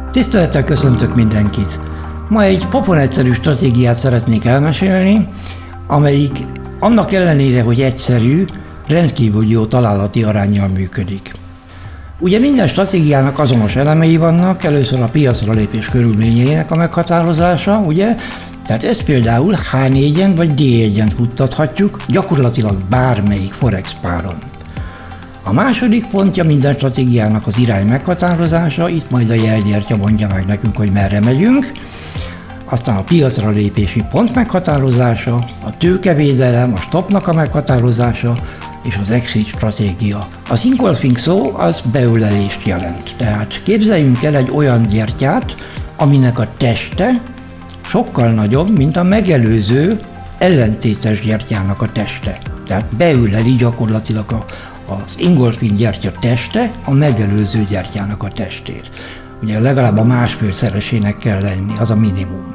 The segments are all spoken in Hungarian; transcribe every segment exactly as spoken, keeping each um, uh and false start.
Tisztelettel köszöntök mindenkit! Ma egy pofon egyszerű stratégiát szeretnék elmesélni, amelyik annak ellenére, hogy egyszerű, rendkívül jó találati aránnyal működik. Ugye minden stratégiának azonos elemei vannak, először a piacra lépés körülményeinek a meghatározása, ugye? Tehát ezt például há négyen vagy dé egyen futtathatjuk, gyakorlatilag bármelyik forex páron. A második pontja minden stratégiának az irány meghatározása, itt majd a jelgyertya mondja meg nekünk, hogy merre megyünk. Aztán a piacra lépési pont meghatározása, a tőkevédelem, a stopnak a meghatározása és az exit stratégia. Az engulfing szó az beölelést jelent. Tehát képzeljünk el egy olyan gyertyát, aminek a teste sokkal nagyobb, mint a megelőző ellentétes gyertyának a teste. Tehát beöleli gyakorlatilag a az engulfing gyertya teste a megelőző gyertyának a testét. Ugye legalább a másfélszeresének kell lenni, az a minimum.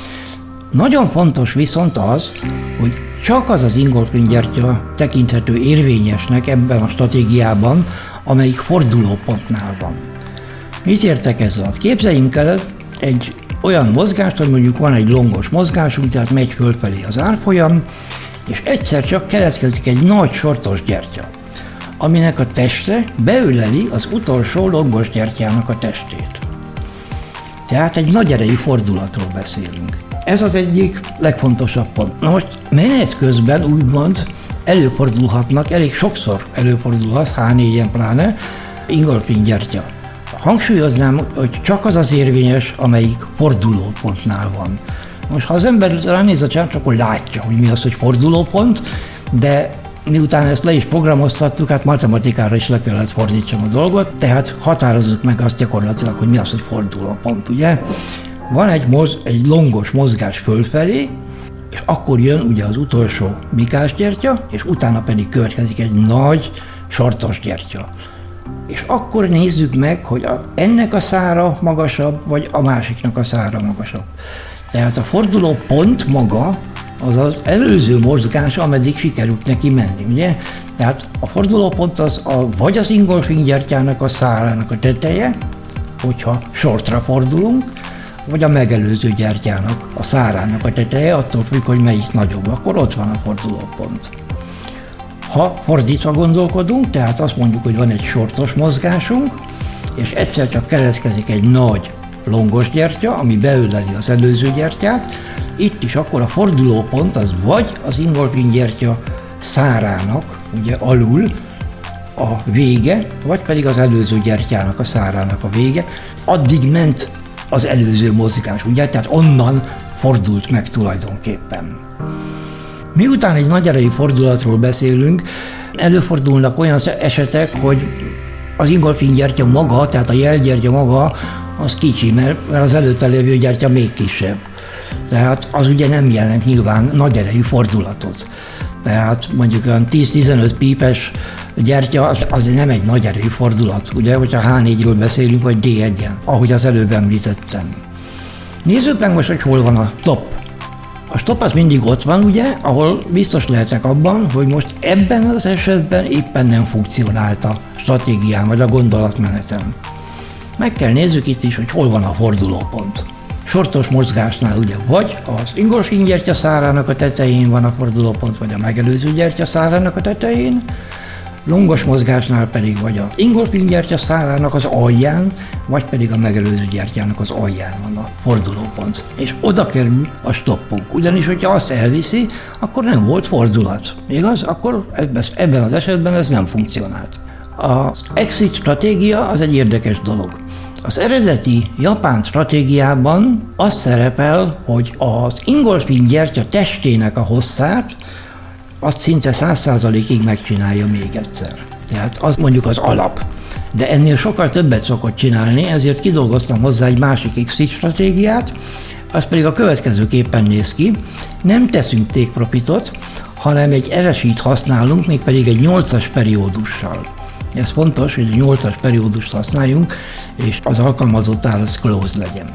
Nagyon fontos viszont az, hogy csak az az engulfing gyertya tekinthető érvényesnek ebben a stratégiában, amelyik fordulópontnál van. Mit értek ezzel? Képzeljünk el egy olyan mozgást, hogy mondjuk van egy longos mozgásunk, tehát megy fölfelé az árfolyam, és egyszer csak keletkezik egy nagy sortos gyertya, aminek a teste beöleli az utolsó longos gyertyának a testét. Tehát egy nagy erejű fordulatról beszélünk. Ez az egyik legfontosabb pont. Na most menet közben úgymond előfordulhatnak, elég sokszor előfordulhat, há négyen pláne, engulfing gyertya. Hangsúlyoznám, hogy csak az az érvényes, amelyik fordulópontnál van. Most ha az ember ránéz a csárt, akkor látja, hogy mi az, hogy fordulópont, de miután ezt le is programoztattuk, hát matematikára is le kellett fordítsam a dolgot, tehát határozzuk meg azt gyakorlatilag, hogy mi az, hogy fordulópont, ugye? Van egy, moz, egy longos mozgás fölfelé, és akkor jön ugye az utolsó bikásgyertya, és utána pedig következik egy nagy, sortos gyertya. És akkor nézzük meg, hogy a, ennek a szára magasabb, vagy a másiknak a szára magasabb. Tehát a fordulópont maga az az előző mozgás, ameddig sikerült neki menni, ugye? Tehát a fordulópont az a, vagy az engulfing gyertyának a szárának a teteje, hogyha shortra fordulunk, vagy a megelőző gyertyának a szárának a teteje, attól függ, hogy melyik nagyobb, akkor ott van a fordulópont. Ha fordítva gondolkodunk, tehát azt mondjuk, hogy van egy shortos mozgásunk, és egyszer csak keletkezik egy nagy longos gyertya, ami beöleli az előző gyertyát, itt is akkor a fordulópont az vagy az engulfing gyertya szárának, ugye alul a vége, vagy pedig az előző gyertyának a szárának a vége, addig ment az előző mozgás, ugye, tehát onnan fordult meg tulajdonképpen. Miután egy nagy erejű fordulatról beszélünk, előfordulnak olyan esetek, hogy az engulfing gyertya maga, tehát a jelgyertya maga, az kicsi, mert az előtte lévő gyertya még kisebb. Tehát az ugye nem jelent nyilván nagy erejű fordulatot. Tehát mondjuk olyan tíz-tizenöt pípes gyertya, az, az nem egy nagy erejű fordulat, ugye, hogyha há négyről beszélünk, vagy dé egyen, ahogy az előbb említettem. Nézzük meg most, hogy hol van a stop. A stop az mindig ott van, ugye, ahol biztos lehetek abban, hogy most ebben az esetben éppen nem funkcionált a stratégiám, vagy a gondolatmenetem. Meg kell nézzük itt is, hogy hol van a fordulópont. Sortos mozgásnál ugye vagy az engulfing gyertya szárának a tetején van a fordulópont, vagy a megelőző gyertya szárának a tetején, longos mozgásnál pedig vagy az engulfing gyertya szárának az alján, vagy pedig a megelőző gyertyának az alján van a fordulópont. És oda kerül a stoppunk, ugyanis hogyha azt elviszi, akkor nem volt fordulat. Igaz? Akkor ebben az esetben ez nem funkcionált. Az exit stratégia az egy érdekes dolog. Az eredeti japán stratégiában az szerepel, hogy az engulfing gyertya testének a hosszát azt szinte száz százalékig megcsinálja még egyszer. Tehát az mondjuk az alap. De ennél sokkal többet szokott csinálni, ezért kidolgoztam hozzá egy másik exit stratégiát, az pedig a következőképpen néz ki. Nem teszünk take profitot, hanem egy er es i-t használunk, mégpedig egy nyolcas periódussal. Ez fontos, hogy a nyolcas periódust használjunk, és az alkalmazott ár az close legyen.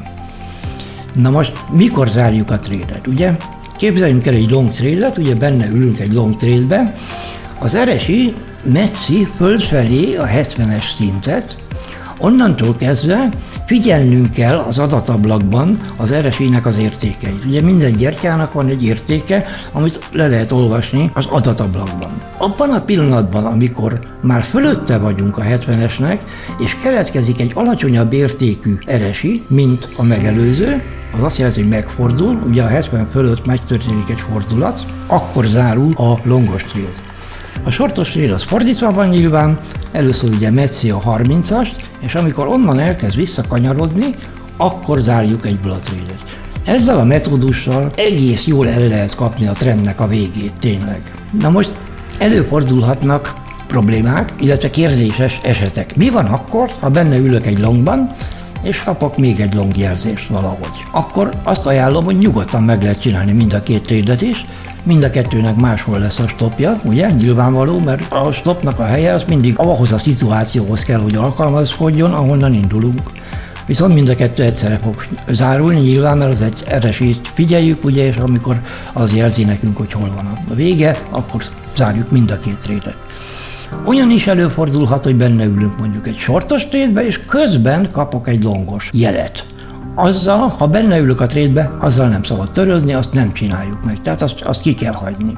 Na most mikor zárjuk a trade-et, ugye? Képzeljünk el egy long trade-et, ugye benne ülünk egy long trade-be, az er es i metszi fölfelé a hetvenes szintet, Onnantól kezdve figyelnünk kell az adatablakban az er es i-nek az értékeit. Ugye minden gyertyának van egy értéke, amit le lehet olvasni az adatablakban. Abban a pillanatban, amikor már fölötte vagyunk a hetvenesnek, és keletkezik egy alacsonyabb értékű er es i, mint a megelőző, az azt jelenti, hogy megfordul, ugye a hetven fölött megtörténik egy fordulat, akkor zárul a longos trail. A shortos trail az fordítva van nyilván, először ugye metszi a harmincast, és amikor onnan elkezd visszakanyarodni, akkor zárjuk egyből a trailet. Ezzel a metódussal egész jól el lehet kapni a trendnek a végét, tényleg. Na most előfordulhatnak problémák, illetve kérdéses esetek. Mi van akkor, ha benne ülök egy longban, és kapok még egy long jelzést valahogy? Akkor azt ajánlom, hogy nyugodtan meg lehet csinálni mind a két tradet is, mind a kettőnek máshol lesz a stopja, ugye, nyilvánvaló, mert a stopnak a helye az mindig ahhoz a szituációhoz kell, hogy alkalmazkodjon, ahonnan indulunk. Viszont mind a kettő egyszerre fog zárulni, nyilván, mert az egy er es i-t figyeljük, ugye, és amikor az jelzi nekünk, hogy hol van a vége, akkor zárjuk mind a két tradet. Olyan is előfordulhat, hogy benne ülünk mondjuk egy shortos trade-be, és közben kapok egy longos jelet. Azzal, ha benne ülök a trade-be, azzal nem szabad törődni, azt nem csináljuk meg, tehát azt, azt ki kell hagyni.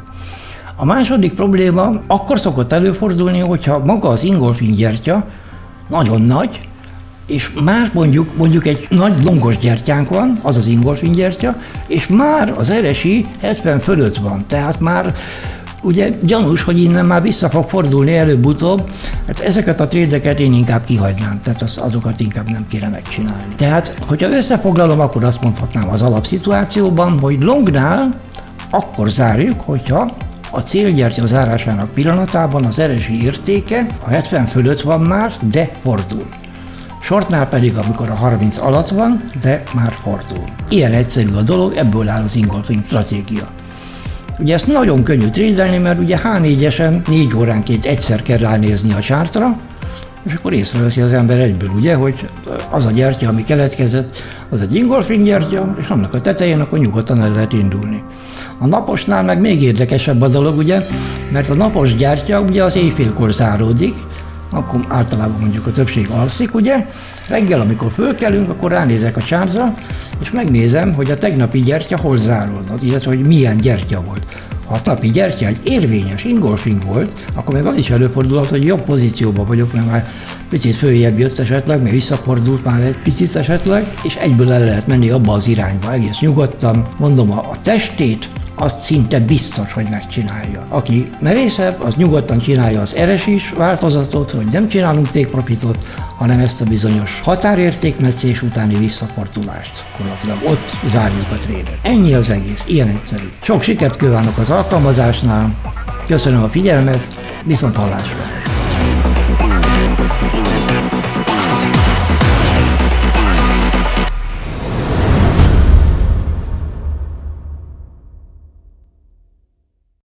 A második probléma akkor szokott előfordulni, hogyha maga az ingolfing gyertya nagyon nagy, és már mondjuk, mondjuk egy nagy longos gyertyánk van, az az ingolfing gyertya, és már az er es i hetven fölött van, tehát már ugye gyanús, hogy innen már vissza fog fordulni előbb-utóbb, hát ezeket a trédeket én inkább kihagynám, tehát az, azokat inkább nem kéne megcsinálni. Tehát, hogyha összefoglalom, akkor azt mondhatnám az alapszituációban, hogy longnál akkor zárjuk, hogyha a célgyertya zárásának pillanatában az er es i értéke a hetven fölött van már, de fordul. Shortnál pedig, amikor a harminc alatt van, de már fordul. Ilyen egyszerű a dolog, ebből áll az ingolfing stratégia. Ugye ezt nagyon könnyű trédelni, mert ugye há négyesen négy óránként egyszer kell ránézni a chartra, és akkor észreveszi az ember egyből, ugye, hogy az a gyertya, ami keletkezett, az egy ingolfing gyertya, és annak a tetején akkor nyugodtan el lehet indulni. A naposnál meg még érdekesebb a dolog, ugye, mert a napos gyertya ugye az éjfélkor záródik, akkor általában mondjuk a többség alszik, ugye, reggel, amikor fölkelünk, akkor ránézek a chartra, és megnézem, hogy a tegnapi gyertya hol zárul, illetve hogy milyen gyertya volt. Ha a napi gyertya egy érvényes ingolfing volt, akkor még az is előfordulhat, hogy jobb pozícióban vagyok, mert már picit följebb jött esetleg, mert visszafordult már egy picit esetleg, és egyből el lehet menni abba az irányba, egész nyugodtan. Mondom, a, a testét azt szinte biztos, hogy megcsinálja. Aki merészebb, az nyugodtan csinálja az er es i-s változatot, hogy nem csinálunk take profitot, hanem ezt a bizonyos határértékmetszés utáni visszafordulást. Gyakorlatilag ott zárjuk a tradet. Ennyi az egész, ilyen egyszerű. Sok sikert kívánok az alkalmazásnál, köszönöm a figyelmet, viszont hallásra!